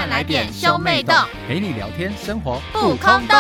快来点兄妹洞， 陪你聊天，生活不空洞。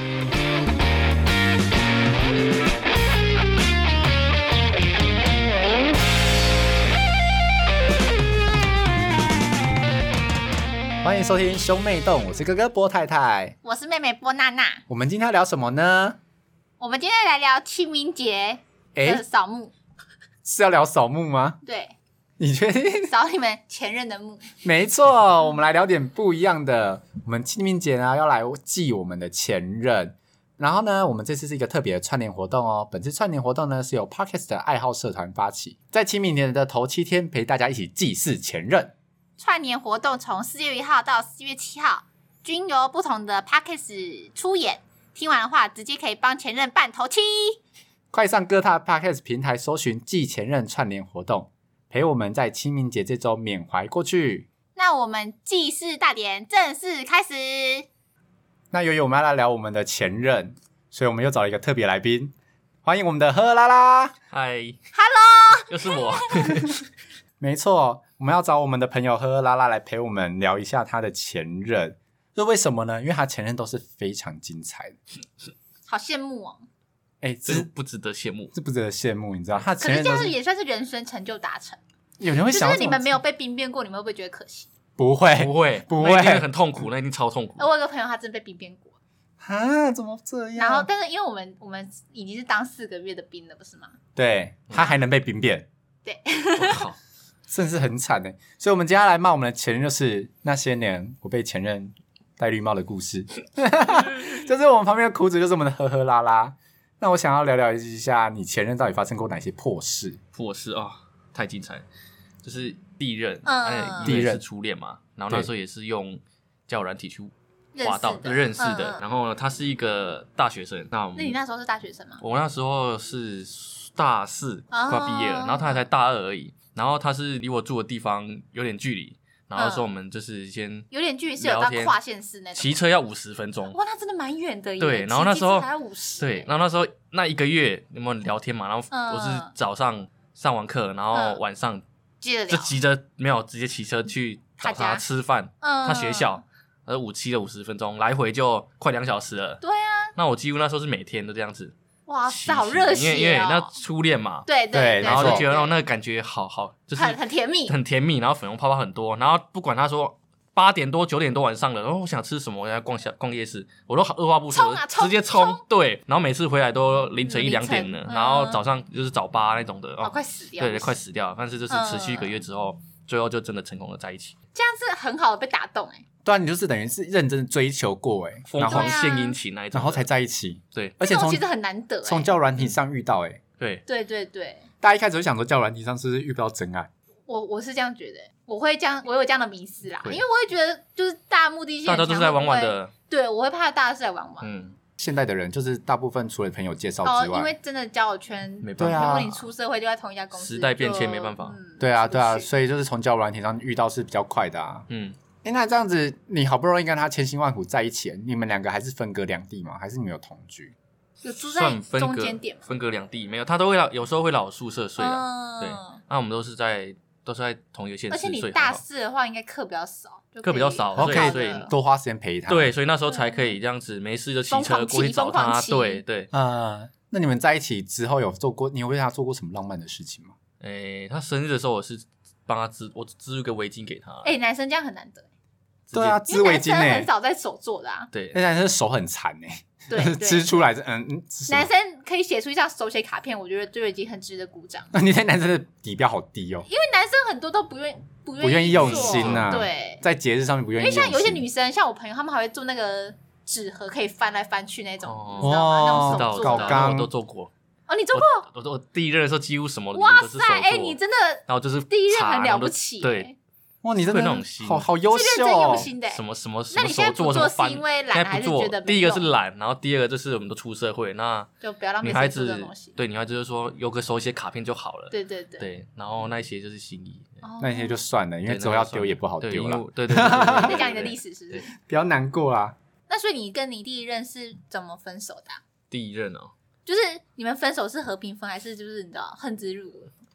欢迎收听兄妹洞，我是哥哥波太太， 我是妹妹波娜娜。 我们今天要聊什么呢？ 我们今天来聊清明节的扫墓。 是要聊扫墓吗？ 对， 你确定？ 扫你们前任的墓。 没错，我们来聊点不一样的。我们清明节呢要来祭我们的前任，然后呢，我们这次是一个特别的串联活动哦。本次串联活动呢是由 Podcast 的爱好社团发起，在清明节的头7天陪大家一起祭祀前任。 串联活动从4月1号到4月7号，均由不同的 Podcast 出演。听完的话，直接可以帮前任办头七。 快上各大 Podcast 平台搜寻祭前任串联活动，陪我们在清明节这周缅怀过去。 那我们祭祀大典正式开始。 那由于我们要来聊我们的前任，所以我们又找了一个特别来宾，欢迎我们的呵啦啦。 嗨 ，Hello， 又是我。 没错，我们要找我们的朋友呵呵啦啦来陪我们聊一下他的前任。这为什么呢？因为他前任都是非常精彩的。 好羡慕哦。 这不值得羡慕， 这不值得羡慕，你知道？他可是这样也算是人生成就达成。 有人会想， 就是你们没有被兵变过，你们会不会觉得可惜？ 不会， 那一定很痛苦，那一定超痛苦。 我有个朋友，他真的被兵变过啊，怎么这样？ 然后，但是因为我们已经是当4个月的兵了，不是吗？ 对，他还能被兵变， 对， 我靠，真的是很惨耶。所以，我们接下来骂我们的前任，就是那些年我被前任戴绿帽的故事。就是我们旁边的苦主，就是我们的呵呵啦啦。那我想要聊聊一下，你前任到底发生过哪些破事？ 破事啊，太精彩了！就是第一任， 第一任是初恋嘛，然后那时候也是用交友软体去滑到认识的。然后呢，他是一个大学生。那你那时候是大学生吗？ 我那时候是大4，快毕业了，然后他还才大2而已。然后他是离我住的地方有点距离。然后说我们就是先有点距离，是有到跨县市那种， 骑车要50分钟。 哇，那真的蛮远的耶。 对，然后那时候还要50。 对，然后那时候那1个月有没有聊天嘛？然后我是早上上完课，然后晚上就急着没有直接骑车去找他吃饭。他学校5骑了50分钟，来回就快2小时了。 对啊， 那我几乎那时候是每天都这样子。 哇，好热血哦！ 因为那初恋嘛， 对， 然后就觉得那个感觉好，就是很甜蜜， 很甜蜜。然后粉红泡泡很多，然后不管他说8点多9点多晚上了，然后我想吃什么，我要逛夜市，我都二话不说直接冲。对，然后每次回来都凌晨1、2点了，然后早上就是早8那种的， 快死掉， 对，快死掉。但是就是持续1个月之后，最后就真的成功的在一起。 这样是很好的被打动对啊，你就是等于是认真追求过疯狂献殷勤那一种， 然后才在一起。 对， 而且其实很难得从交友软体上遇到对， 大家一开始会想说交友软体上是不是遇不到真爱？ 我是这样觉得，我有这样的迷思啦，因为我会觉得就是大家目的性大家都是来玩玩的， 对，我会怕大家是来玩玩。 现在的人就是大部分除了朋友介绍之外， 因为真的交友圈没办法， 如果你出社会就在同一家公司， 时代变迁没办法。 对啊，所以就是从交友软体上遇到是比较快的啊。那这样子，你好不容易跟他千辛万苦在一起，你们2个还是分隔2地吗？还是你们有同居？ 有住在中间点吗？ 分隔2地没有，他都会有时候会来我宿舍睡啦。对，那我们都是在同一个县市。 而且你大4的话，应该课比较少， 所以多花时间陪他。 对，所以那时候才可以这样子，没事就骑车过去找他。对。 那你们在一起之后你有为他做过什么浪漫的事情吗？ 他生日的时候，我是帮他织一个围巾给他。 男生这样很难得。 对啊，织围巾男生很少在手做的啊。 对， 那男生手很残对， 织出来男生可以写出一张手写卡片，我觉得就已经很值得鼓掌。 你在男生的底标好低哦， 因为男生很多都不愿意用心啊。 对， 在节日上面不愿意用心。 因为像有些女生，像我朋友，他们还会做那个纸盒，可以翻来翻去那种，你知道吗？那种手做的， 我都做过。 你做过？ 我第一任的时候几乎什么都是手做。你真的， 然后就是第一任很了不起。 对。 哇，你真的好优秀是认真用心的。 什么那你现在不做是因为懒还是觉得第一个是懒，然后第二个就是我们都出社会，那就不要让女孩子对女孩子就说有个手写卡片就好了。 对， 然后那一些就是心意， 那些就算了，因为之后要丢也不好丢了。 对。 你在讲你的历史是不是？ 不要难过啦。 那所以你跟你第一任是怎么分手的？ 第一任就是你们分手是和平分，还是就是你知道恨之入骨？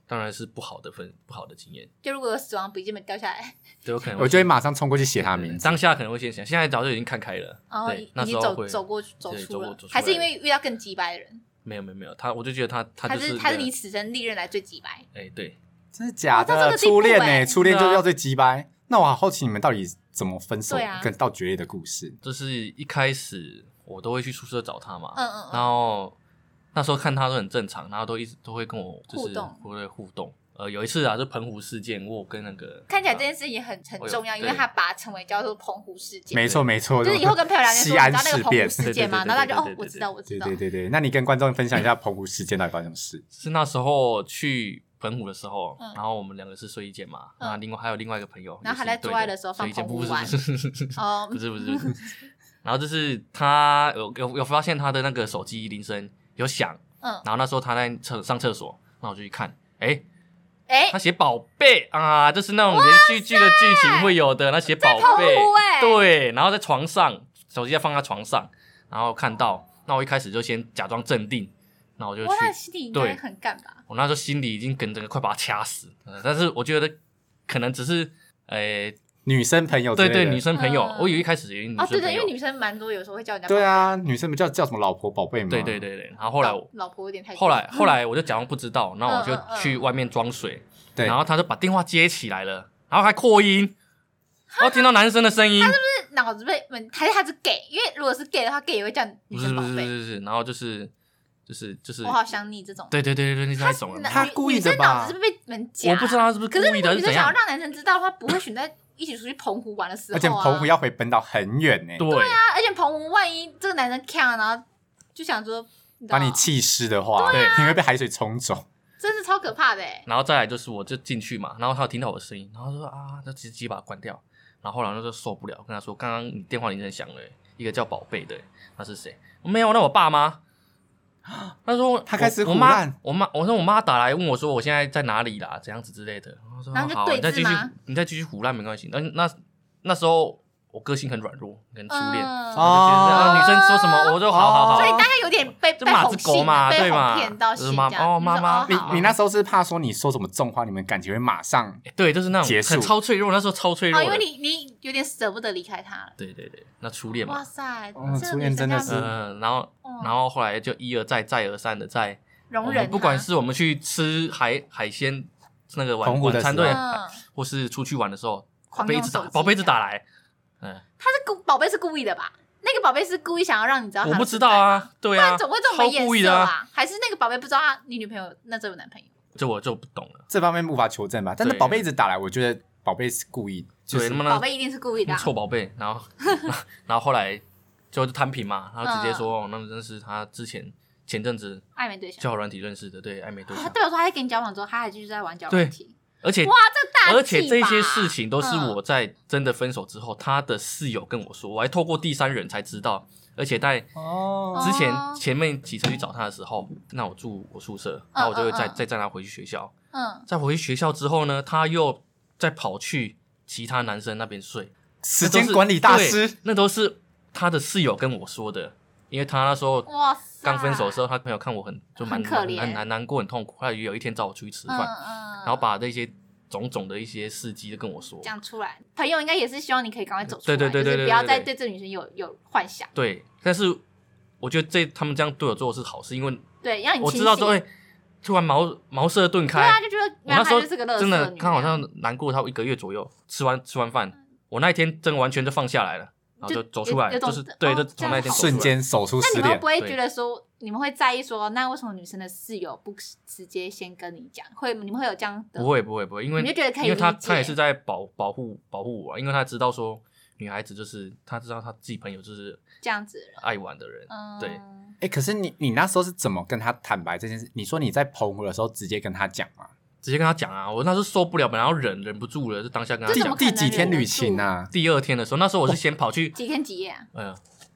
当然是不好的经验。 就如果有死亡笔记本掉下来， 对，有可能我就会马上冲过去写他名字。 当下可能会先想，现在早就已经看开了。对，那时候会走出了，还是因为遇到更鸡掰的人？没有， 我就觉得他是你此生历任来最鸡掰。 对， 真的假的？初恋初恋就要最鸡掰。那我好奇你们到底怎么分手跟到决裂的故事？ 就是一开始我都会去宿舍找他嘛，然后那时候看他都很正常，然后都会跟我就是互动。有一次啊，就澎湖事件，我跟那个看起来这件事情很重要，因为他把它称为叫做澎湖事件。 没错， 就是以后跟朋友聊天说，你知道那个澎湖事件吗？然后他就我知道。 对，那你跟观众分享一下澎湖事件到底发生什么事？ 是那时候去澎湖的时候，然后我们2个是睡一间嘛，然后还有另外一个朋友， 然后他在做爱的时候放澎湖湾， 不是，然后就是他有发现他的那个手机铃声有响，然后那时候他在上厕所，那我就去看，他写宝贝啊，就是那种连续剧的剧情会有的那些宝贝，对，然后在床上，手机放在床上，然后看到，那我一开始就先假装镇定。那我就去， 那心里应该很干吧？ 我那时候心里已经整个快把他掐死，但是我觉得可能只是女生朋友， 对，女生朋友，我以为一开始也女生朋友， 对，因为女生蛮多，有时候会叫人家。 对啊，女生不叫什么老婆宝贝吗？ 对，然后后来老婆有点太。 后来我就假装不知道，然后我就去外面装水，然后他就把电话接起来了，然后还扩音，然后听到男生的声音， 他是不是脑子被还是他是 gay？ 因为如果是 gay 的话 ，gay 也会叫女生宝贝。 不是，然后就是我好想你这种。 对，你那种， 他故意的吧？ 女生脑子是不是被门夹？ 我不知道他是不是故意的， 可是女生想要让男生知道的话，不会选在一起出去澎湖玩的时候， 而且澎湖要回本岛很远呢。 对啊，而且澎湖万一这个男生呛，然后就想说把你气湿的话，对，你会被海水冲走， 真是超可怕的。 然后再来就是我就进去嘛，然后他有听到我的声音，然后说就直接把它关掉。然后后来就受不了，跟他说刚刚你电话铃声响了，一个叫宝贝的，那是谁？没有，那我爸妈。他说他开始胡乱， 我说我妈打来问我说我现在在哪里啦，怎样子之类的。我说好，你再继续胡乱没关系。那时候我个性很软弱，跟初恋，女生说什么我就好， 所以大概有点被马子狗嘛，对嘛？ 骗到心这样。妈妈， 你那时候是怕说你说什么重话，你们感情会马上对，就是那种很超脆弱，那时候超脆弱， 因为你有点舍不得离开他了。 对，那初恋嘛， 哇塞， 初恋真的是， 然后后来就一而再再而三的在容忍， 不管是我们去吃海鲜那个晚餐对，或是出去玩的时候，宝贝一直打来。 宝贝是故意的吧？那个宝贝是故意想要让你知道他的， 我不知道啊，对啊， 不然总会这种没眼色啊？还是那个宝贝不知道你女朋友那时候有男朋友？ 这我就不懂了， 这方面无法求证吧。但是宝贝一直打来，我觉得宝贝是故意， 对， 宝贝一定是故意的， 臭宝贝。然后后来就摊平嘛，然后直接说那真是他前阵子暧昧对象， 交友软体认识的，对，暧昧对象。 他对我说他在跟你交往之后，他还继续在玩交友软体。 而且哇，这而且这些事情都是我在真的分手之后，他的室友跟我说，我还透过第三人才知道。而且在之前面骑车去找他的时候，那我住我宿舍，然后我就会再载他回去学校。再回去学校之后呢，他又再跑去其他男生那边睡。 时间管理大师， 那都是他的室友跟我说的。因为他那时候刚分手的时候，他朋友看我很可怜， 很难过，很痛苦。他有一天找我出去吃饭，然后把那些种种的一些事迹都跟我说， 讲出来。朋友应该也是希望你可以赶快走出来， 对， 就是不要再对这女生有幻想。 对，但是我觉得他们这样对我做的是好事，因为对让你我知道说，突然茅塞顿开。 对啊，就觉得我那时候真的看好像难过他1个月左右，吃完饭，我那一天真的完全就放下来了。然后就走出来，就是对，就从那天瞬间走出失恋。 那你们不会觉得说，你们会在意说，那为什么女生的室友不直接先跟你讲？你们会有这样的？ 不会，因为你就觉得可以理解， 因为他也是在保护我，因为他知道说女孩子就是他知道他自己朋友就是这样子爱玩的人，对。 可是你那时候是怎么跟他坦白这件事？你说你在澎湖的时候直接跟他讲吗？ 直接跟他讲啊，我那时候受不了，本来要忍不住了，就当下跟他讲。 第几天旅行啊？ 第2天的时候，那时候我是先跑去几天几夜啊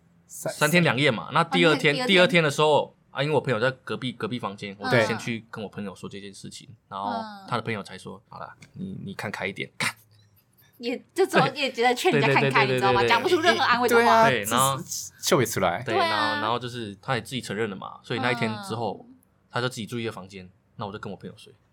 ？3天2夜嘛。那第二天的时候因为我朋友在隔壁房间，我就先去跟我朋友说这件事情，然后他的朋友才说，好啦，你看开一点，看。 也这时候也觉得劝人家看开，你知道吗？讲不出任何安慰的话。 对，然后秀也出来。 对，然后就是他也自己承认了嘛，所以那一天之后，他就自己住一个房间，那我就跟我朋友睡。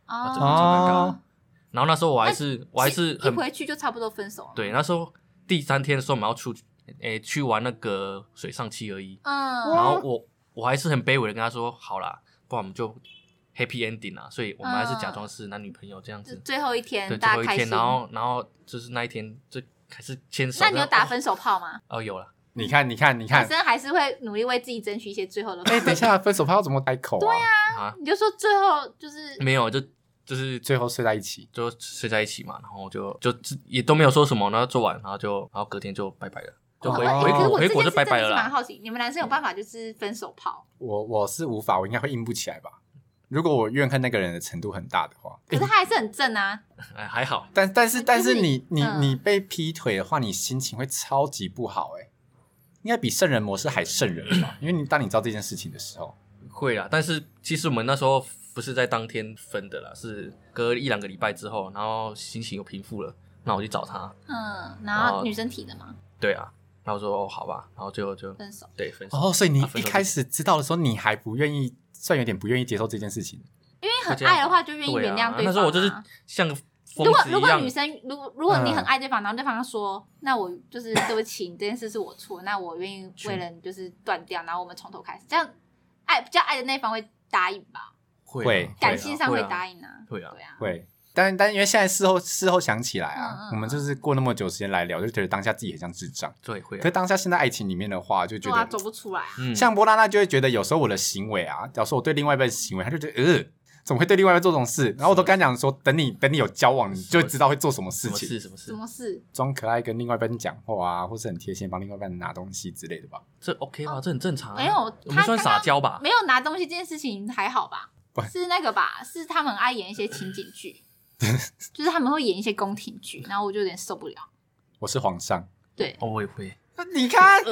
真的超尴尬。然后那时候我还是一回去就差不多分手了。 对，那时候第3天的时候我们要去玩那个水上企鹅衣，然后我还是很卑微的跟他说好啦，不然我们就 happy ending 啊，所以我们还是假装是男女朋友这样子。 最后一天， 对， 大家开心。 最后一天，然后就是那一天就还是牵手。 那你有打分手炮吗？ 有了。 你看，男生还是会努力为自己争取一些最后的。 等一下，分手炮要怎么开口啊？ 对啊，你就说最后就是没有，就是最后睡在一起， 就睡在一起嘛，然后就也都没有说什么，然后做完，然后隔天就拜拜了，就回国就拜拜了啦。 蛮好奇，你们男生有办法就是分手炮？ 我是无法，我应该会硬不起来吧。如果我怨恨那个人的程度很大的话， 可是他还是很正啊。 还好。 但是你被劈腿的话，你心情会超级不好应该比圣人模式还圣人吧？因为当你知道这件事情的时候， 会啦。但是其实我们那时候不是在当天分的啦，是隔1-2个礼拜之后，然后心情又平复了，那我去找他。 然后女生提的吗？ 对啊，然后说好吧，然后就分手。 对，分手。 所以你一开始知道的时候，你还不愿意，算有点不愿意接受这件事情。 因为很爱的话，就愿意原谅对方。 那时候我就是像个疯子一样。 如果女生如果你很爱对方，然后对方说，那我就是对不起，你这件事是我错，那我愿意为了你就是断掉，然后我们从头开始，这样比较爱的那方会答应吧？ 会， 感性上会答应啊。 会啊， 会。但因为现在事后想起来啊，我们就是过那么久时间来聊，就觉得当下自己很像智障。 对，会。 可是当下现在爱情里面的话，就觉得走不出来。 像波拉娜就会觉得有时候我的行为啊，假如说我对另外一半的行为，他就觉得怎么会对另外一半做这种事？然后我都跟他讲说，等你有交往，你就知道会做什么事情。 什么事？ 装可爱跟另外一半讲话啊，或是很贴心帮另外一半拿东西之类的吧。 这 OK 吧？这很正常。 没有， 我们算撒娇吧？ 没有拿东西这件事情还好吧？是那个吧？是他们爱演一些情景剧，就是他们会演一些宫廷剧，然后我就有点受不了。 我是皇上。 对， 我也会。 你看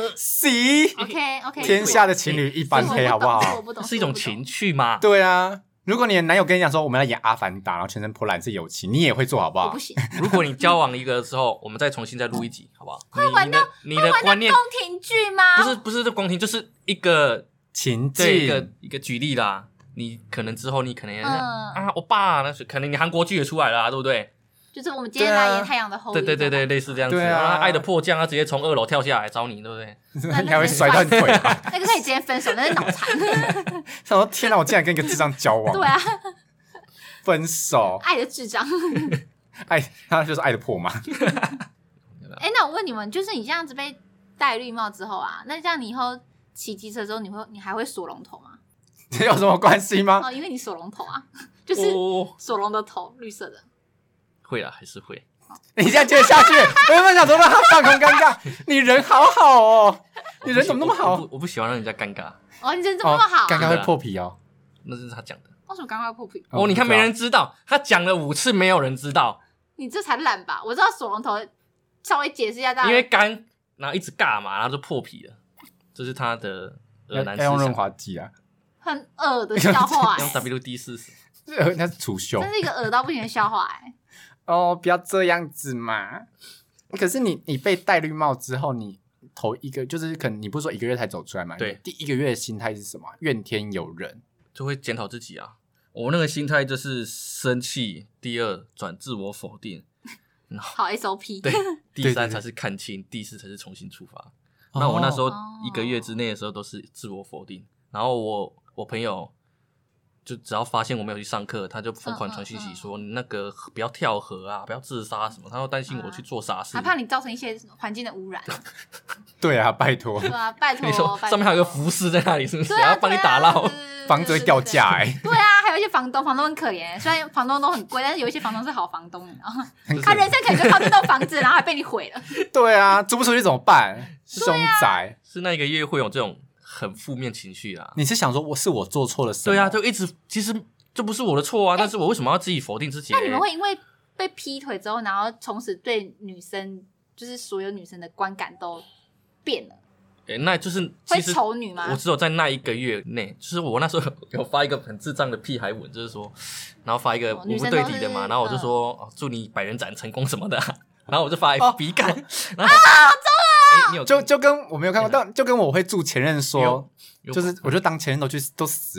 ，OK， 天下的情侣一般黑，好不好？ 是一种情趣吗？ 对啊。如果你的男友跟你讲说我们要演阿凡达，然后全身泼蓝色友情，你也会做好不好？ 我不行。 如果你交往一个之后，我们再重新再录一集，好不好？ 会玩到你的观念宫廷剧吗？ 不是这宫廷，就是一个情境， 一个举例啦。你可能之后你可能欧巴，那是可能你韩国剧也出来了，对不对？ 就是我们今天来演《太阳的后裔》。 对，类似这样子。爱的迫降，他直接从2楼跳下来找你，对不对？ 应该会摔断腿吧？ 那个可以直接分手，那是脑残。 他说：“天哪，我竟然跟一个智障交往！” 对啊， 分手， 爱的智障， 他就是爱的破嘛。 那我问你们，就是你这样子被戴绿帽之后啊，那这样你以后骑机车之后，你还会锁龙头吗？ 这有什么关系吗？ 因为你锁龙头啊，就是锁龙的头，绿色的。 会啦，还是会。 你这样接下去，我原本想说让他放空尴尬。你人好好哦，你人怎么那么好？ 我不喜欢让人家尴尬。 你人怎么那么好？ 尴尬会破皮哦。 那是他讲的。 为什么尴尬会破皮？ 你看没人知道，他讲了5次，没有人知道。 你这才懒吧？我知道锁龙头，稍微解释一下。 因为干，然后一直尬嘛，然后就破皮了。这是他的男思想。 要用润滑剂啊。 很恶的笑话。 用 WD-40。 那是除锈。 这是一个恶到不行的笑话不要这样子嘛。可是你被戴绿帽之后，你头一个就是可能你不是说1个月才走出来嘛？ 对， 第1个月的心态是什么？怨天尤人， 就会检讨自己啊。我那个心态就是生气，第2转自我否定， 好 SOP。 对，第3才是看清，第4才是重新出发。那我那时候1个月之内的时候都是自我否定，然后我朋友就只要发现我没有去上课，他就疯狂传讯息说你那个不要跳河啊，不要自杀什么，他都担心我去做傻事， 他怕你造成一些环境的污染。 对啊，拜托。 对啊，拜托。 你说上面还有个浮尸在那里，是不是？要帮你打捞， 房子会掉价对啊，还有一些房东很可怜，虽然房东都很贵，但是有一些房东是好房东，你知道吗？他人生可能就靠这栋房子，然后还被你毁了。 对啊，租不出去怎么办？凶宅。 是那1个月会有这种很负面情绪啊。 你是想说我做错了什么？ 对啊，就一直其实这不是我的错啊，但是我为什么要自己否定自己？ 那你们会因为被劈腿之后，然后从此对女生，就是所有女生的观感都变了？ 那就是会丑女吗？ 我只有在那1个月内，就是我那时候有发一个很智障的屁孩文，就是说，然后发一个无不对题的嘛，然后我就说祝你100人斩成功什么的，然后我就发 FB 干，然后好你有就跟我没有看过，但就跟我会祝前任说，就是我就当前任都死啦。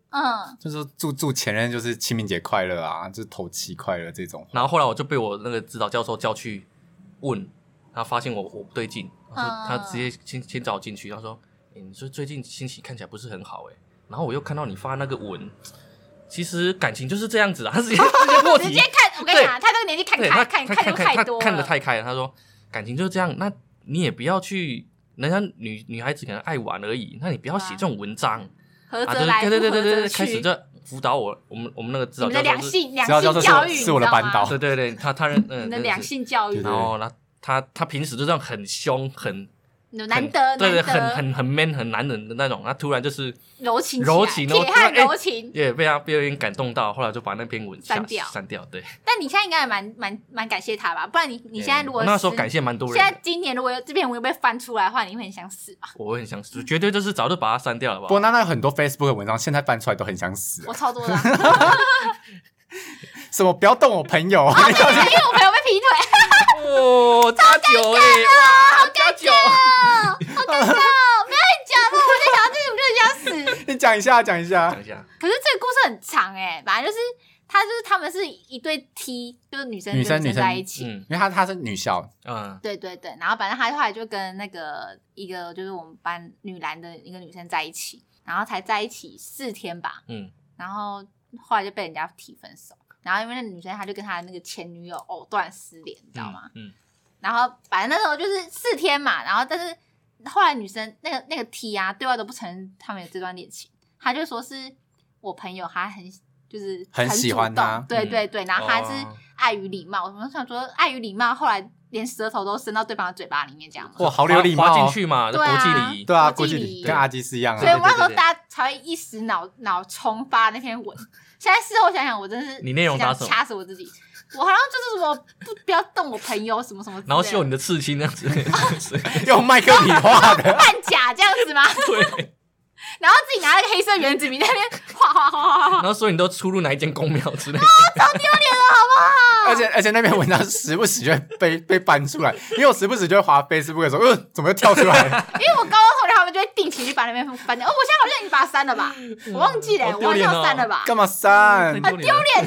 就是祝前任就是清明节快乐啊，就是头七快乐这种。 然后后来我就被我那个指导教授叫去问，他发现我不对劲，他直接先找我进去，他说：“你说最近心情看起来不是很好然后我又看到你发那个文，其实感情就是这样子啊。”他直接破题， 直接看。我跟你讲，他这个年纪看太多了， 看得太开了。他说感情就是这样，那你也不要去，人家女孩子可能爱玩而已，那你不要写这种文章。 合则来， 对，开始就辅导我们那个指导教授， 两性教育是我的班导， 对，他你的两性教育， 然后他平时就这样很凶难得， 对，很 man 很男人的那种，他突然就是柔情， 铁汉柔情， 也被有点感动到，后来就把那篇文删掉，对。 但你现在应该也蛮感谢他吧？不然你现在如果那时候感谢蛮多人， 现在今年如果这篇文又被翻出来的话，你会很想死吧？ 我会很想死，绝对就是早就把它删掉了吧。 不过那很多 Facebook 的文章现在翻出来都很想死， 我超多的。 什么不要动我朋友， 因为我朋友被劈腿。 哦，加酒好加酒，好尴尬，不要讲了，我就想到这里我就很想死。 你讲一下。 可是这个故事很长反正就是他们是一对 T， 就是女生在一起， 因为她是女校， 对，然后反正他后来就跟那个一个就是我们班女篮的一个女生在一起，然后才在一起4天吧，然后后来就被人家提分手。然后因为那女生她就跟她那个前女友藕断丝连，你知道吗？然后反正那时候就是4天嘛，然后但是后来女生那个 T 啊，对外都不承认他们有这段恋情，他就说是我朋友他就是很喜欢他， 对，然后他是碍于礼貌，我想说碍于礼貌，后来连舌头都伸到对方的嘴巴里面这样。 哇，好有礼貌， 滑进去嘛，国际礼仪， 对啊，国际礼仪跟阿基斯一样啊。 所以我那时候大家才会一时脑冲发那篇文。现在事后想想，我真是你内容打什么？ 掐死我自己。我好像就是什么不要动我朋友什么什么， 然后秀你的刺青那样子， 用麦克笔画的半甲这样子吗？ 对。 然后自己拿那个黑色圆珠笔在那边画， 然后说你都出入哪一间公庙之类的， 超丢脸的好不好？ 而且那篇文章时不时就会被搬出来，因为我时不时就会滑 Facebook 的时候，怎么又跳出来了？ 因为我高中同学他们就会定期去把那边翻掉。我现在好像已经把它删了吧？我忘记了，我好像删了吧？ 干嘛删？ 很丢脸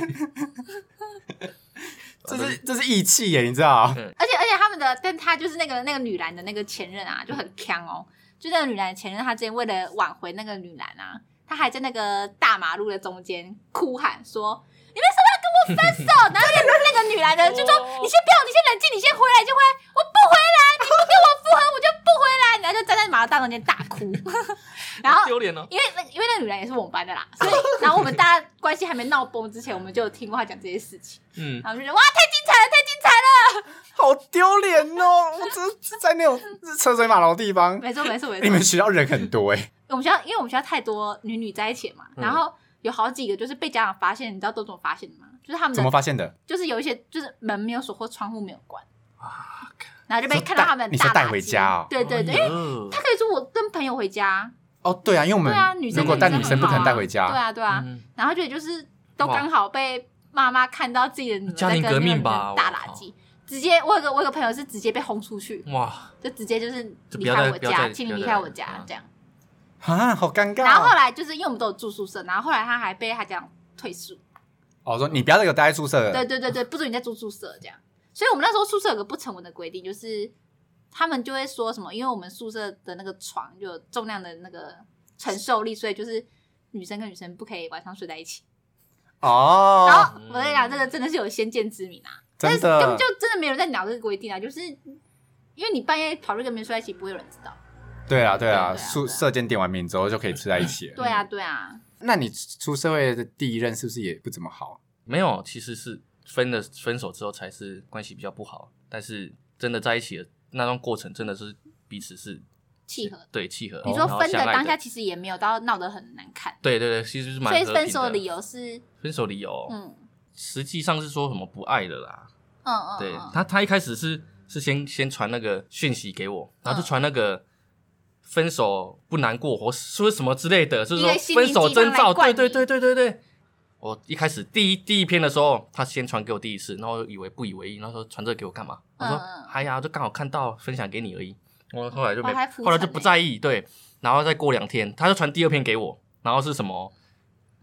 这是义气耶，你知道？ 而且他们的，但他就是那个女篮的那个前任啊，就很强哦。就那个女篮的前任，他之前为了挽回那个女篮啊，他还在那个大马路的中间哭喊说：“你们什么要跟我分手？”然后那个女篮的就说：“你先不要，你先冷静，你先回来，我不回来，你不跟我复合，我就不回来。”然后就站在马路大中间大哭。然后丢脸哦， 因为那个女篮也是我们班的啦，所以然后我们大家关系还没闹崩之前，我们就有听过他讲这些事情。然后就觉得哇，太精彩了， 好丢脸哦！这在那种车水马龙的地方， 没错。 你们学校人很多我们学校因为我们学校太多女在一起嘛，然后有好几个就是被家长发现，你知道都怎么发现的吗？就是他们怎么发现的？ 就是有一些就是门没有锁或窗户没有关然后就被看到他们你说带回家哦？ 对，因为他可以说我跟朋友回家哦，对啊，因为我们如果带女生不可能带回家， 对啊，然后就是都刚好被妈妈看到自己的女儿在跟革命吧大垃圾。直接我有个朋友是直接被轰出去，哇！就直接就是离开我家，请你离开我家这样。 啊，好尴尬。 然后后来就是因为我们都有住宿舍，然后后来他还被他家长退宿。 说你不要这个待在宿舍了。 对，不准你再住宿舍这样。所以我们那时候宿舍有个不成文的规定，就是他们就会说什么，因为我们宿舍的那个床就有重量的那个承受力，所以就是女生跟女生不可以晚上睡在一起。然后我跟你讲，这个真的是有先见之明啊。但是根本就真的没有人在鸟这个规定啊，就是因为你半夜跑去跟别人睡在一起，不会有人知道。对啊， 射箭点完名之后就可以吃在一起了。 对啊。 那你出社会的第一任是不是也不怎么好？ 没有，其实是分手之后才是关系比较不好，但是真的在一起的那段过程真的是彼此是契合。 对，契合。 你说分的当下其实也没有到闹得很难看。 对，其实是蛮和平的。 所以分手的理由是？ 分手理由，实际上是说什么不爱了啦。对，他一开始是先传那个讯息给我，然后就传那个分手不难过或说什么之类的，就是说分手征兆。对。我一开始第一篇的时候，他先传给我第一次，然后以为不以为意，然后说传这个给我干嘛？我说哎呀，就刚好看到分享给你而已。我后来就不在意，对。然后再过2天，他就传第2篇给我，然后是什么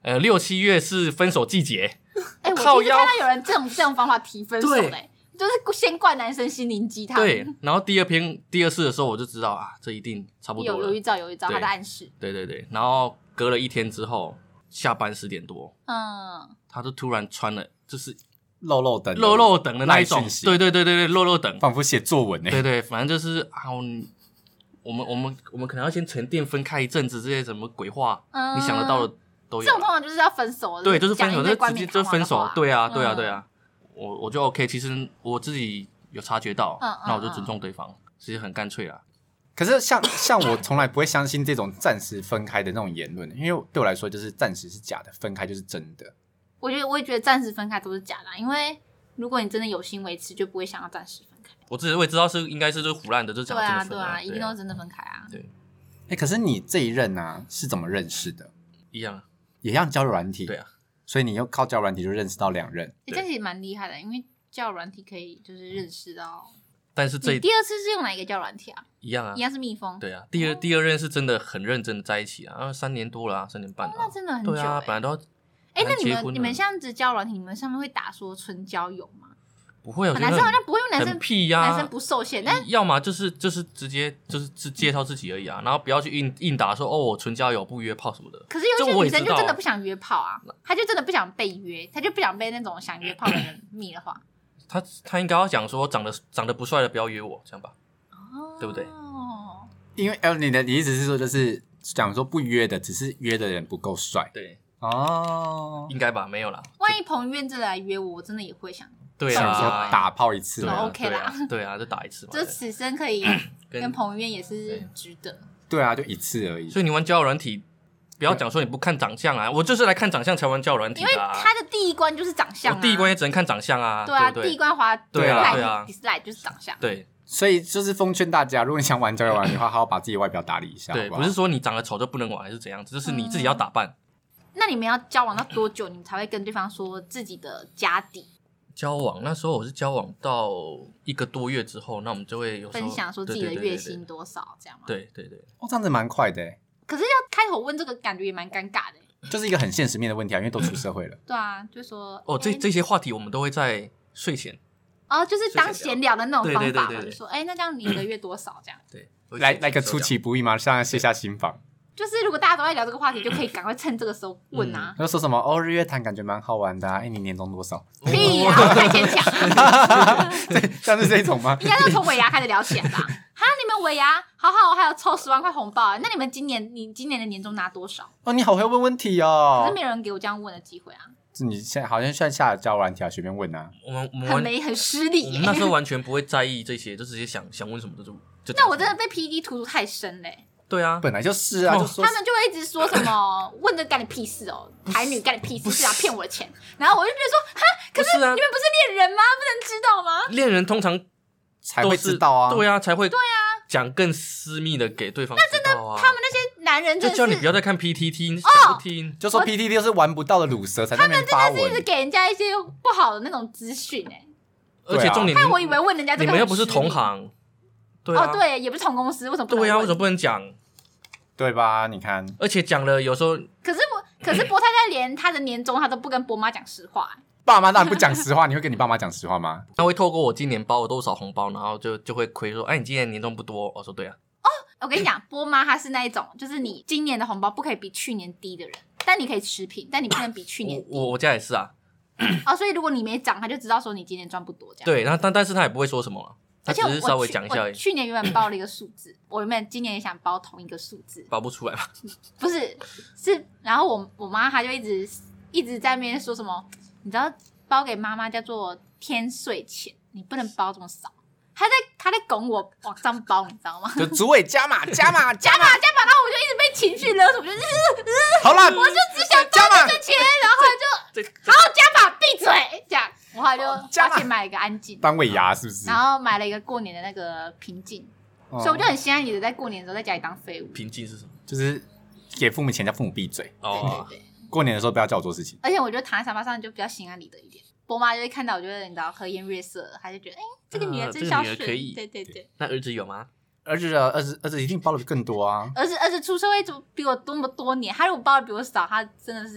6、7月是分手季节。 我第一次看到有人这种方法提分手嘞，就是先灌男生心灵鸡汤。 对，然后第二次的时候我就知道啊，这一定差不多了。 有一招，他的暗示。 对，然后隔了1天之后，下班10点多，他就突然传了，就是漏漏等的那一种，对，漏漏等， 仿佛写作文对，反正就是啊，我们可能要先沉淀分开一阵子，这些什么鬼话，你想得到的都有。 这种通常就是要分手， 对，就是分手，就直接就分手，对啊，我就 OK。其实我自己有察觉到，那我就尊重对方，其实很干脆啦。 可是像我从来不会相信这种暂时分开的那种言论，因为对我来说就是暂时是假的，分开就是真的。 我也觉得暂时分开都是假的，因为如果你真的有心维持，就不会想要暂时分开。 我自己会知道应该是就是胡乱的，就讲真的分开。 对啊，一定都是真的分开啊。 对。可是你这一任啊是怎么认识的？ 一样， 也像交友软体。 对啊。 所以你又靠交友软体就认识到2任。 这其实蛮厉害的，因为交友软体可以就是认识到。 但是你第2次是用哪一个交友软体啊？ 一样啊， 一样是蜜蜂。 对啊，第二任是真的很认真的在一起啊，3年多了3年半了。 那真的很久。 对啊，本来都要。 那你们这样子交友软体，你们上面会打说纯交友吗？ 不会啊， 男生好像不会，因为男生很屁呀， 男生不受限，但要么就是直接就是介绍自己而已啊，然后不要去硬打说我纯交友不约炮什么的。 可是有些女生就真的不想约炮啊，她就真的不想被约，她就不想被那种想约炮的人密的话， 她应该要讲说长得不帅的不要约我，这样吧，对不对？ 因为你的意思是说就是讲说不约的，只是约的人不够帅， 对应该吧，没有啦。 万一彭于晏真的来约我真的也会想。 对啊， 打炮一次 ，OK 啦。 对啊，就打一次嘛。 就此生可以跟彭于晏也是值得。 对啊，就一次而已。 所以你玩交友软体，不要讲说你不看长相啊，我就是来看长相才玩交友软体的。因为他的第一关就是长相啊。 我第一关也只能看长相啊。 对啊，第一关滑对啊 dislike 就是长相。 对， 所以就是奉劝大家，如果你想玩交友软体的话，好好把自己的外表打理一下。 对，不是说你长得丑就不能玩，还是怎样子，就是你自己要打扮。 那你们要交往到多久，你们才会跟对方说自己的家底？ 交往那时候我是交往到1个多月之后，那我们就会有分享说自己的月薪多少这样吗？ 对，这样子蛮快的。 可是要开口问这个感觉也蛮尴尬的。 就是一个很现实面的问题啊，因为都出社会了。 对啊，就说这些话题我们都会在睡前就是当闲聊的那种方法，就说那这样你一个月多少这样？ 对，来个出其不意嘛，像卸下心防。 就是如果大家都在聊这个话题，就可以赶快趁这个时候问啊。 就说什么日月潭感觉蛮好玩的啊，你年终多少？ 屁啊，太牵强。 像是这种吗？ 应该要从尾牙开始聊起来吧。你们尾牙好好，还有抽10万块红包，那你今年的年终拿多少？ 你好会问问题哦。 可是没有人给我这样问的机会啊。 你现在好像现在下了交友软体随便问啊。 我们很失礼。 我们那时候完全不会在意这些，就直接想问什么就。 那我真的被 PD 荼毒太深嘞。 对啊， 本来就是啊，就说他们就会一直说什么问这干你屁事哦，台女干你屁事，是要骗我的钱。然后我就觉得说，可是你们不是恋人吗？不能知道吗？ 恋人通常才会知道啊， 对啊，才会讲更私密的给对方知道啊。 那真的，他们那些男人就叫你不要再看 PTT， 你想不听， 就说 PTT 就是玩不到的乳蛇才在那边发文。他们真的是一直给人家一些不好的那种资讯而且重点， 但我以为问人家这个你们又不是同行。 对，也不是同公司，为什么不能问？ 对啊，为什么不能讲？ 对吧？你看， 而且讲了有时候， 可是波太太连他的年终他都不跟波妈讲实话。 爸妈当然不讲实话，你会跟你爸妈讲实话吗？ 他会透过我今年包了多少红包，然后就会亏说，你今年年终不多。我说对啊。 我跟你讲，波妈她是那一种，就是你今年的红包不可以比去年低的人，但你可以持平，但你不能比去年低。 我家也是啊。 所以如果你没涨，他就知道说你今年赚不多这样。 对，但是他也不会说什么了。 而且只是稍微讲一下而已。 去年原本报了一个数字，我原本今年也想报同一个数字， 报不出来吧？ 不是，然后我妈她就一直在那边说什么，你知道包给妈妈叫做天税钱，你不能包这么少。她在拱我往上包，你知道吗？ 就主委加码， 然后我就一直被情绪勒索，就是好啦， 我就只想包这个钱，然后就好加码，闭嘴这样。我后来就花钱买了一个安静， 当尾牙是不是？ 然后买了一个过年的那个平静，所以我就很心安理得在过年的时候在家里当废物。 平静是什么？ 就是给父母钱，叫父母闭嘴。 对。 过年的时候不要叫我做事情。 而且我就躺在沙发上就比较心安理得一点。波妈就会看到我，觉得你知道和颜悦色，她就觉得这个女儿真孝顺。 可以。 对。 那儿子有吗？ 儿子一定包的更多啊。 儿子出社会比我多么多年，他如果包的比我少，他真的是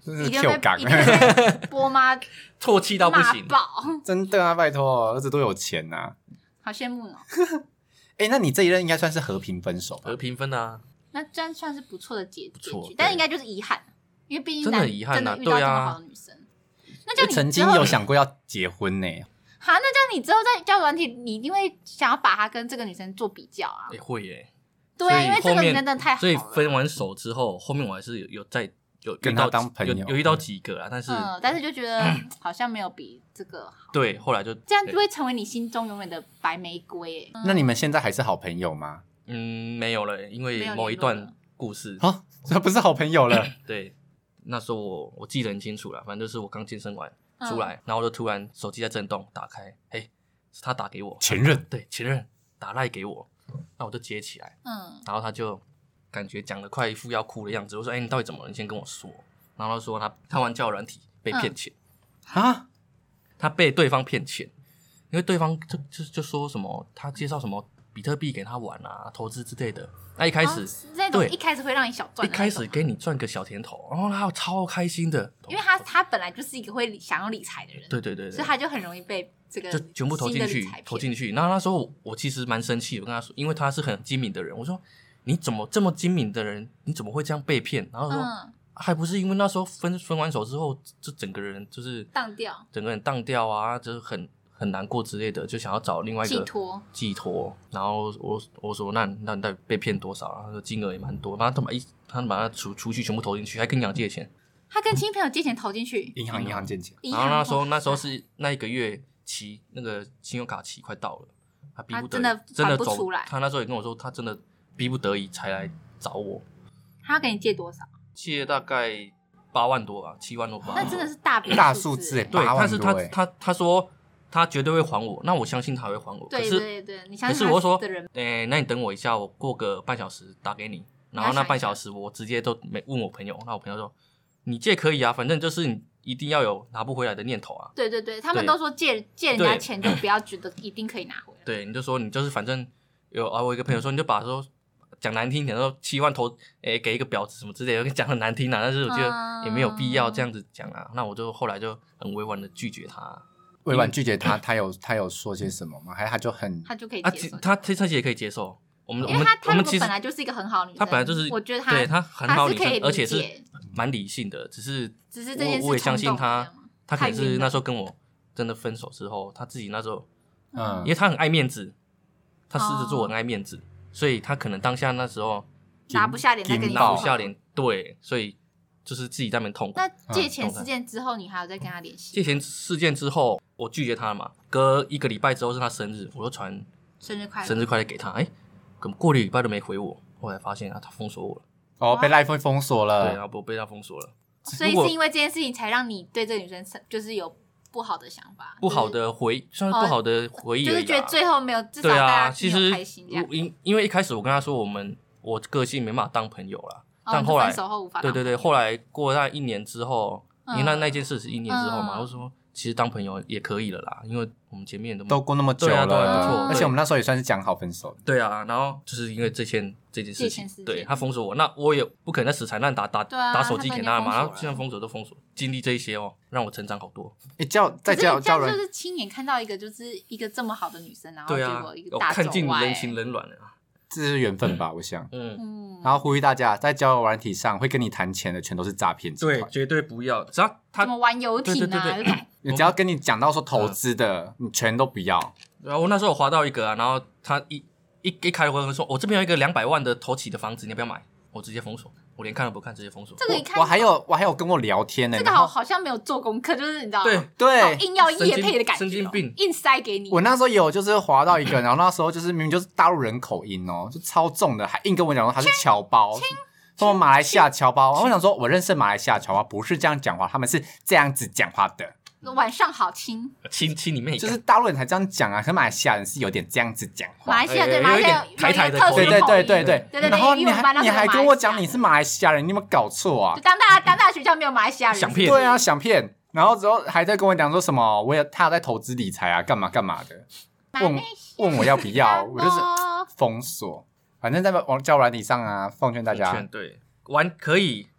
真是 Q 港， 波妈唾弃到不行， 真的啊，拜托，儿子多有钱啊， 好羡慕哦。 那你这一任应该算是和平分手吧？ 和平分啊， 那这样算是不错的结局，但应该就是遗憾，因为毕竟真的很遗憾真的遇到这么好的女生。那这样你曾经有想过要结婚呢？ 好，那这样你之后在交友软体，你一定会想要把她跟这个女生做比较啊？ 会耶。 对啊，因为这个女生真的太好了。 所以分完手之后，后面我还是有跟他当朋友， 有遇到几个啊， 但是就觉得好像没有比这个好。 对，后来就这样就会成为你心中永远的白玫瑰。 那你们现在还是好朋友吗？ 没有了，因为某一段故事啊，这不是好朋友了。 对，那时候我记得很清楚了，反正就是我刚健身完出来，然后就突然手机在震动，打开，是他打给我， 前任， 对，前任打赖给我，那我就接起来，然后他就感觉讲得快一副要哭的样子，我说你到底怎么了？你先跟我说。然后他说他看完交友软体被骗钱啊， 他被对方骗钱，因为对方就说什么他介绍什么比特币给他玩啊，投资之类的。那一开始那种一开始会让你小赚， 一开始给你赚个小甜头，然后他超开心的， 因为他本来就是一个会想要理财的人， 对， 所以他就很容易被这个就全部投进去。然后那时候我其实蛮生气的，我跟他说，因为他是很精明的人，我说你怎么这么精明的人，你怎么会这样被骗？然后说还不是因为那时候分完手之后，就整个人就是荡掉， 整个人荡掉啊，就是很难过之类的，就想要找另外一个寄托。然后我说那你到底被骗多少啊？他说金额也蛮多，然后他把他储蓄全部投进去，还跟银行借钱。 他跟亲朋友借钱投进去， 银行借钱。 然后那时候是那一个月期那个信用卡期快到了，他逼不得已真的走，他那时候也跟我说，他真的逼不得已才来找我。 他要给你借多少？ 借大概8万多吧，7万多吧。 那真的是大数字对， 但是他说他绝对会还我，那我相信他会还我。 对，你相信他的人。可是我说，那你等我一下，我过个半小时打给你。然后那半小时我直接都没问我朋友，那我朋友说你借可以啊，反正就是你一定要有拿不回来的念头啊。 对，他们都说借人家钱就不要觉得一定可以拿回来。 对，你就说你就是反正我一个朋友说你就把说讲难听点，说7万投给一个婊子什么之类的，讲很难听啊，但是我觉得也没有必要这样子讲啊。那我就后来就很委婉的拒绝他。 委婉拒绝他，他有说些什么吗？还是他就可以接受？ 他其实也可以接受。我们其实本来就是一个很好的女生， 他本来就是我觉得对他很好女生，而且是理蛮理性的，只是这件事我也相信他可能是那时候跟我真的分手之后，他自己那时候因为他很爱面子，他狮子座很爱面子，所以他可能当下那时候拿不下脸再跟你拿不下脸，对，所以就是自己在那边痛苦。 那借钱事件之后，你还有再跟他联系？ 借钱事件之后，我拒绝他了嘛。隔1个礼拜之后是他生日，我就传生日快乐给他。过了1个礼拜都没回我，后来发现他封锁我了。被赖封锁了。 对，然后被他封锁了。 所以是因为这件事情才让你对这个女生就是有不好的想法， 不好的算是不好的回忆而已啦， 就是觉得最后没有，至少大家没有开心这样。 因为一开始我跟他说我个性没办法当朋友啦，但后来分手后无法当朋友。 对，后来过了大概1年之后，因为那件事是1年之后嘛，我说其实当朋友也可以了啦，因为我们前面都过那么久了， 对啊，不错， 而且我们那时候也算是讲好分手的。 对啊，然后就是因为这件事情，对他封锁我，那我也不可能死缠烂打手机给他嘛，然后现在封锁都封锁，经历这一些让我成长好多。 这样就是亲眼看到一个就是一个这么好的女生，然后结果一个大看尽人情冷暖啊。 这是缘分吧，我想。然后呼吁大家，在交友软体上会跟你谈钱的，全都是诈骗集团。 对，绝对不要。只要他怎么玩游艇啊？ 对， 你只要跟你讲到说投资的，你全都不要。 然后我那时候滑到一个然后他一开会说，我这边有一个200万的头期的房子，你要不要买？我直接封锁，我连看都不看，直接封锁。 这个一看， 我还有跟我聊天呢。 这个好像没有做功课，就是你知道吗？ 对， 硬要业配的感觉， 神经病， 硬塞给你。 我那时候有就是滑到一个，然后那时候就是明明就是大陆人口音就超重的，还硬跟我讲说他是侨胞，说马来西亚侨胞。我想说，我认识马来西亚侨胞不是这样讲话，他们是这样子讲话的。 晚上好亲你妹， 就是大陆人才这样讲啊，可是马来西亚人是有点这样子讲话。 马来西亚对，马来西亚台的口音， 对。然后你还跟我讲你是马来西亚人，你有没有搞错啊？ 当大学校没有马来西亚人， 想骗？ 对啊，想骗。然后之后还在跟我讲说什么，他有在投资理财啊，干嘛的，问我要不要，我就是封锁。反正在交友软体上啊，奉劝大家， 对，玩可以，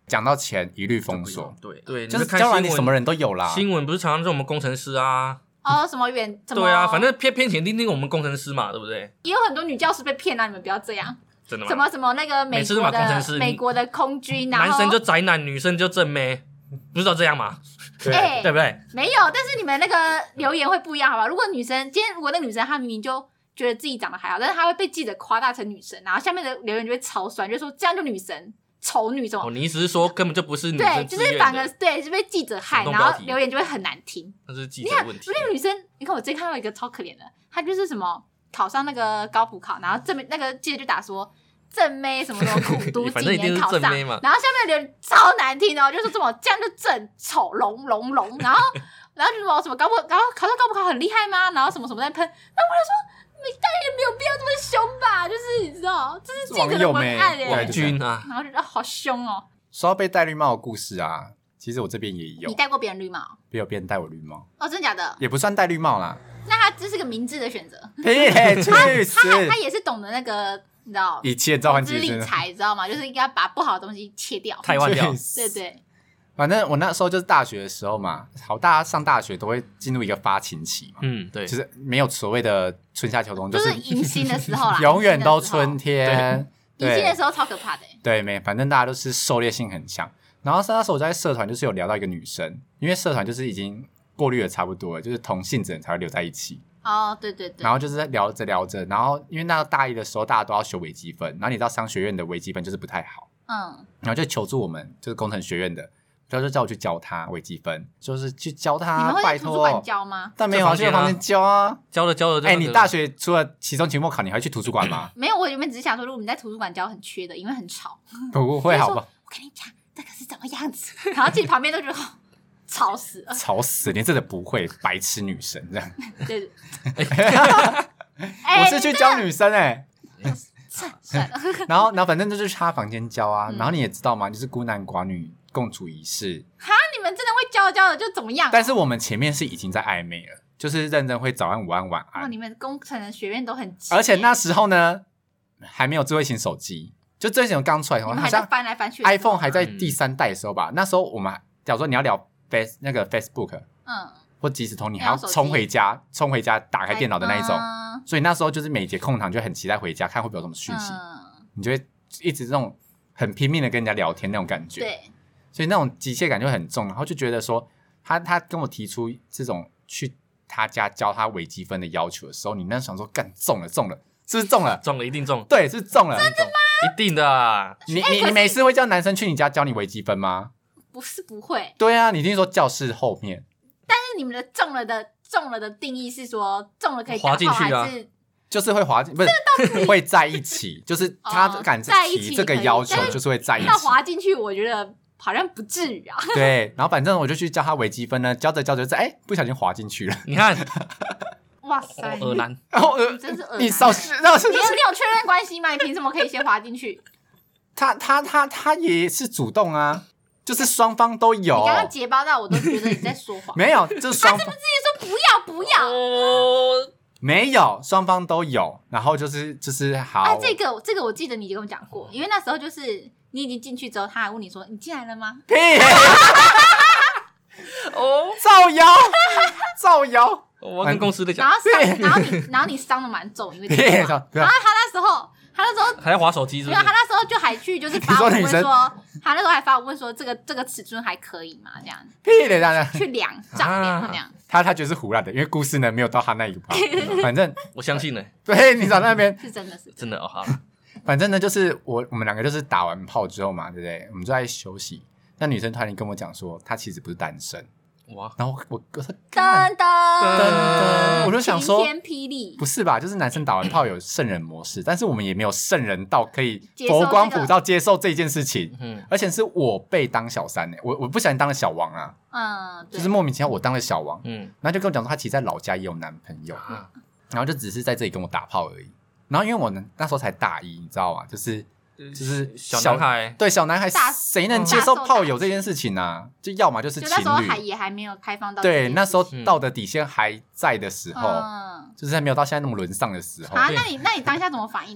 讲到钱一律封锁。 对， 就是交软体什么人都有啦。 新闻不是常常是我们工程师啊。 什么对啊，反正骗钱听听我们工程师嘛，对不对？ 也有很多女教师被骗啊，你们不要这样。 真的吗？ 什么那个美国的空军，然后男生就宅男，女生就正妹，不是都这样吗？对不对？ 没有，但是你们那个留言会不一样，好吧？如果那个女生她明明就觉得自己长得还好，但是她会被记者夸大成女神，然后下面的留言就会超酸，就说这样就女神。丑女什么？ 你意思是说根本就不是女生对，就是反而对是被记者害，然后留言就会很难听。 那是记者问题。 那个女生，你看我之前看到一个超可怜的，她就是什么考上那个高普考，然后那个记者就打说正妹什么苦读几年考上，然后下面留言超难听哦，就说这样就正丑龙，然后就什么考上高普考很厉害吗？然后什么在喷，那我就说。你当然也没有必要这么凶吧，就是你知道，这是记者的文案耶， 网军啊， 然后就好凶哦。 说到被戴绿帽的故事啊，其实我这边也有。 你戴过别人绿帽？ 没有别人戴我绿帽。 哦，真的假的？ 也不算戴绿帽啦。 那他这是个明智的选择。 他也是懂得那个，你知道， 以切召唤机理财，知道吗？就是应该把不好的东西切掉， 汰换掉。 对。 反正我那时候就是大学的时候嘛，大家上大学都会进入一个发情期嘛， 对， 就是没有所谓的春夏秋冬， 就是迎新的时候啦， 永远都春天。 迎新的时候超可怕的。 对，反正大家都是狩猎性很强。然后那时候我在社团就是有聊到一个女生，因为社团就是已经过滤的差不多了，就是同性质人才会留在一起。 哦，对。 然后就是聊着，然后因为那个大一的时候大家都要修微积分，然后你知道商学院的微积分就是不太好，然后就求助我们就是工程学院的。他就叫我去教他微积分，就是去教他。 你们会在图书馆教吗？ 但没有去房间教啊， 教了。 你大学除了期中、期末考，你还去图书馆吗？ 没有，我原本只是想说，如果你在图书馆教很缺的，因为很吵。 不会好吧？ 我跟你讲，这个是怎么样子，然后自己旁边都觉得吵死了， 连这个不会，白痴女生这样。 对。 我是去教女生算了。 然后反正就是去他房间教啊。然后你也知道嘛，就是孤男寡女。共处一室哈，你们真的会教的就怎么样？ 但是我们前面是已经在暧昧了，就是认真会早安、午安、晚安。 你们工程的学院都很急， 而且那时候呢，还没有智慧型手机，就智慧型刚出来的时候， 好像翻来翻去 ，iPhone 还在第3代的时候吧。那时候我们假如说你要聊那个 Facebook，或即时通，你还要冲回家打开电脑的那一种。所以那时候就是每节空堂就很期待回家，看会不会有什么讯息，你就会一直这种很拼命的跟人家聊天那种感觉。 对。 所以那种急切感就很重，然后就觉得说他跟我提出这种去他家教他微积分的要求的时候，你那想说干中了，是不是中了？ 中了，一定中。 对，是中了。 真的吗？ 一定的啊！ 你每次会叫男生去你家教你微积分吗？ 不是不会。 对啊，你听说教室后面。 但是你们的中了的定义是说中了可以滑进去啊？ 还是就是会滑进，不是会在一起，就是他敢提这个要求，就是会在一起。 要滑进去，我觉得。好像不至于啊。 对，然后反正我就去教他微积分呢，教着不小心滑进去了。 你看， 哇塞， 恶男， 真是恶男。 你有确认关系吗？你凭什么可以先滑进去？ 他也是主动啊，就是双方都有。 你刚刚结巴到我都觉得你在说谎。 没有，就是双方。 他是不是自己说不要？ 没有，双方都有。然后就是好。 这个我记得你跟我讲过，因为那时候就是。你已经进去之后，他还问你说：“你进来了吗？” 屁！造谣！ 我跟公司的讲。 然后你伤的蛮重，因为然后他那时候还要滑手机，是不是？ 他那时候就还去就是发我问说，他那时候还发我问说这个尺寸还可以吗？这样屁的这样去丈量这样。 他觉得是胡乱的，因为故事呢没有到他那一趴，反正我相信了。 对，你找那边是真的是真的哦，好了。 反正呢，就是我们两个就是打完炮之后嘛，对不对？我们就在休息。那女生突然跟我讲说，她其实不是单身。哇！然后我说， 噔噔， 我就想说， 晴天霹雳， 不是吧？就是男生打完炮有圣人模式，但是我们也没有圣人到可以佛光普照接受这件事情。而且是我被当小三呢，我不小心当了小王啊。就是莫名其妙我当了小王。然后就跟我讲说，他其实在老家也有男朋友，然后就只是在这里跟我打炮而已。然后因为我那时候才大一，你知道吗？就是小男孩， 对小男孩，谁能接受炮友这件事情啊？就要么就是情侣， 那时候也还没有开放到对，那时候道德底线还在的时候，就是还没有到现在那么沦丧的时候。 啊，那你当下怎么反应呢？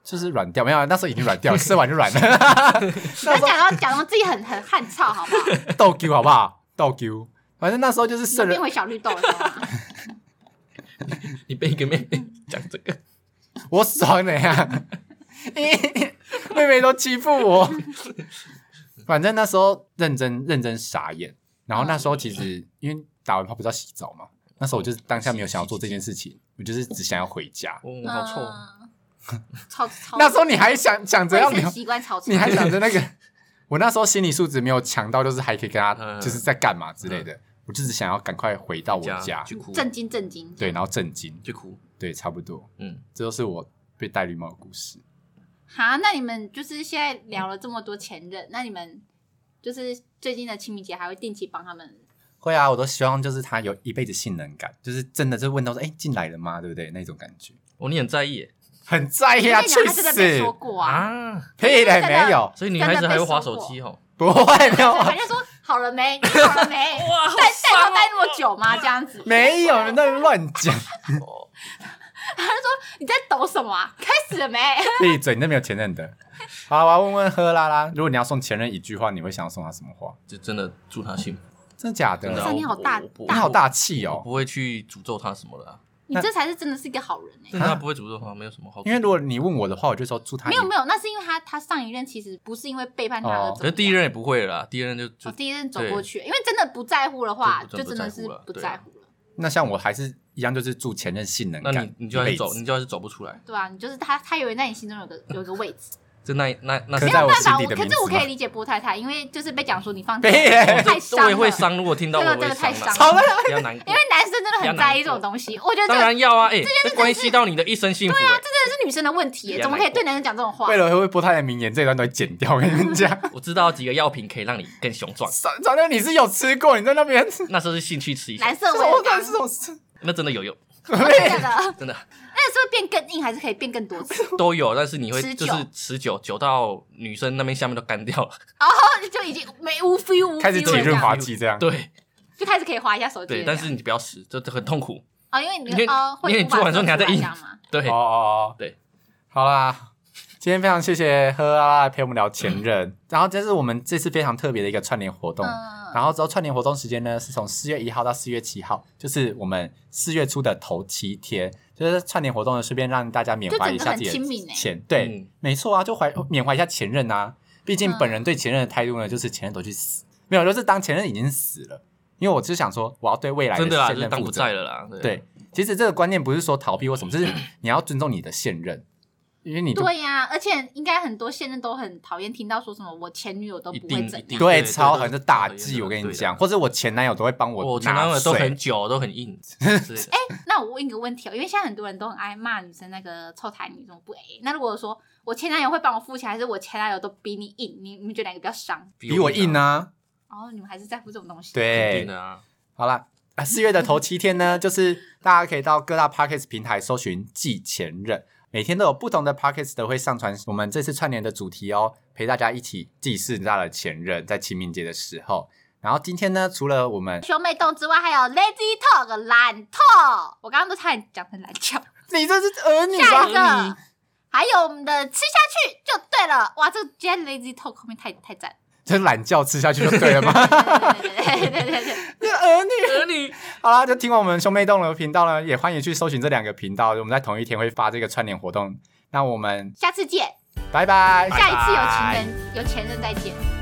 就是软掉，没有，那时候已经软掉，吃完就软了。 假装自己很汗臭，好不好？ 豆丢好不好？豆丢，反正那时候就是圣人变回小绿豆了，知道吗？ 你被一个妹妹讲这个， 我爽的呀！妹妹都欺负我。反正那时候认真傻眼，然后那时候其实因为打完炮不是要洗澡嘛，那时候我就是当下没有想要做这件事情，我就是只想要回家。 好臭。 超那时候你还想着要你还想着那个，我那时候心理素质没有强到，就是还可以跟他就是在干嘛之类的，我就只想要赶快回到我家， 震惊， 对，然后震惊就哭， 对，差不多，这都是我被戴绿帽的故事。 好，那你们就是现在聊了这么多前任，那你们就是最近的清明节还会定期帮他们？ 会啊，我都希望就是他有一辈子信任感，就是真的就问到说，进来了吗？对不对？那种感觉。 你很在意耶。 很在意啊，去死！ 他真的没说过啊， 屁的没有， 所以女孩子还会滑手机哦？ 不会，没有。 反正说好了没？你好了没？ 哇， 戴套戴那么久吗？这样子没有人在乱讲。 他就说你在抖什么啊？开始了没？ 闭嘴，你那没有前任的。好，我要问问赫拉拉，如果你要送前任一句话，你会想要送他什么话？ 就真的祝他幸福。 真的假的？ 你好大， 你好大气哦！ 我不会去诅咒他什么的。 你这才是真的是一个好人但他不会诅咒他，没有什么好。 因为如果你问我的话，我就说祝他。 没有，那是因为他上一任其实不是因为背叛他而走。 可是第一任也不会了啦，第一任就第一任走过去，因为真的不在乎的话，就真的是不在乎了。 那像我还是一样，就是祝前任性能感。 那你就还是你就还是走不出来。 对啊，你就是他有人在你心中有一个位置。 那没有办法，可是我可以理解波太太，因为就是被讲说你放太伤了， 我也会伤。如果听到我会太伤了，比较难过。 因为男生真的很在意这种东西，我觉得当然要啊，这关系到你的一生幸福。 对啊，这真的是女生的问题，怎么可以对男生讲这种话？ 为了会波太太名言，这一段都会剪掉。我跟你们讲， 我知道几个药品可以让你更雄壮。 早上你是有吃过？你在那边那时候是兴趣吃一下。 蓝色维他命， 那真的有用。 真的。那是会变更硬，还是可以变更多次？ 都有，但是你会就是持久到女生那边下面都干掉了， 然后就已经无 feel， 开始挤润滑剂这样， 对， 就开始可以滑一下手机。 对，但是你不要死，就很痛苦因为你做完之后你还在硬嘛。对，对， 好啦，今天非常谢谢赫拉拉陪我们聊前任，然后这是我们这次非常特别的一个串联活动。然后之后串联活动时间呢是从4月1号到4月7号，就是我们4月初的头7天，就是串联活动呢顺便让大家缅怀一下自己的前，对，没错啊，就缅怀一下前任啊。毕竟本人对前任的态度呢，就是前任都去死，没有，就是当前任已经死了。因为我就想说，我要对未来的现任负责。 真的啦，就是当不在了啦。 对，其实这个观念不是说逃避或什么，就是你要尊重你的现任。因为你对呀，而且应该很多现任都很讨厌听到说什么我前女友都不会怎样， 对，超狠的大忌，我跟你讲，或者我前男友都会帮我前男友都很久，都很硬。 那我问一个问题因为现在很多人都很爱骂女生那个臭台女怎么不 A？ 那如果说我前男友会帮我付钱，还是我前男友都比你硬，你们觉得哪个比较伤？ 比我硬啊！ 你们还是在乎这种东西？ 对啊。好啦，4月的头7天呢，就是大家可以到各大 Podcast 平台搜寻祭前任。每天都有不同的 podcast 会上传我们这次串联的主题陪大家一起祭祀大的前任，在清明节的时候。然后今天呢，除了我们兄妹洞之外，还有 Lazy Talk 懒 Talk， 我刚刚都差点讲成懒觉， 你这是儿女吧？ 下一个还有我们的吃下去就对了，哇，这个今天 Lazy Talk 后面太赞。 就是懒觉吃下去就对了吗？ 对， 儿女。好啦，就听完我们兄妹洞的频道呢，也欢迎去搜寻这2个频道，我们在同一天会发这个串联活动。那我们下次见， 拜拜。 下一次有前任再见。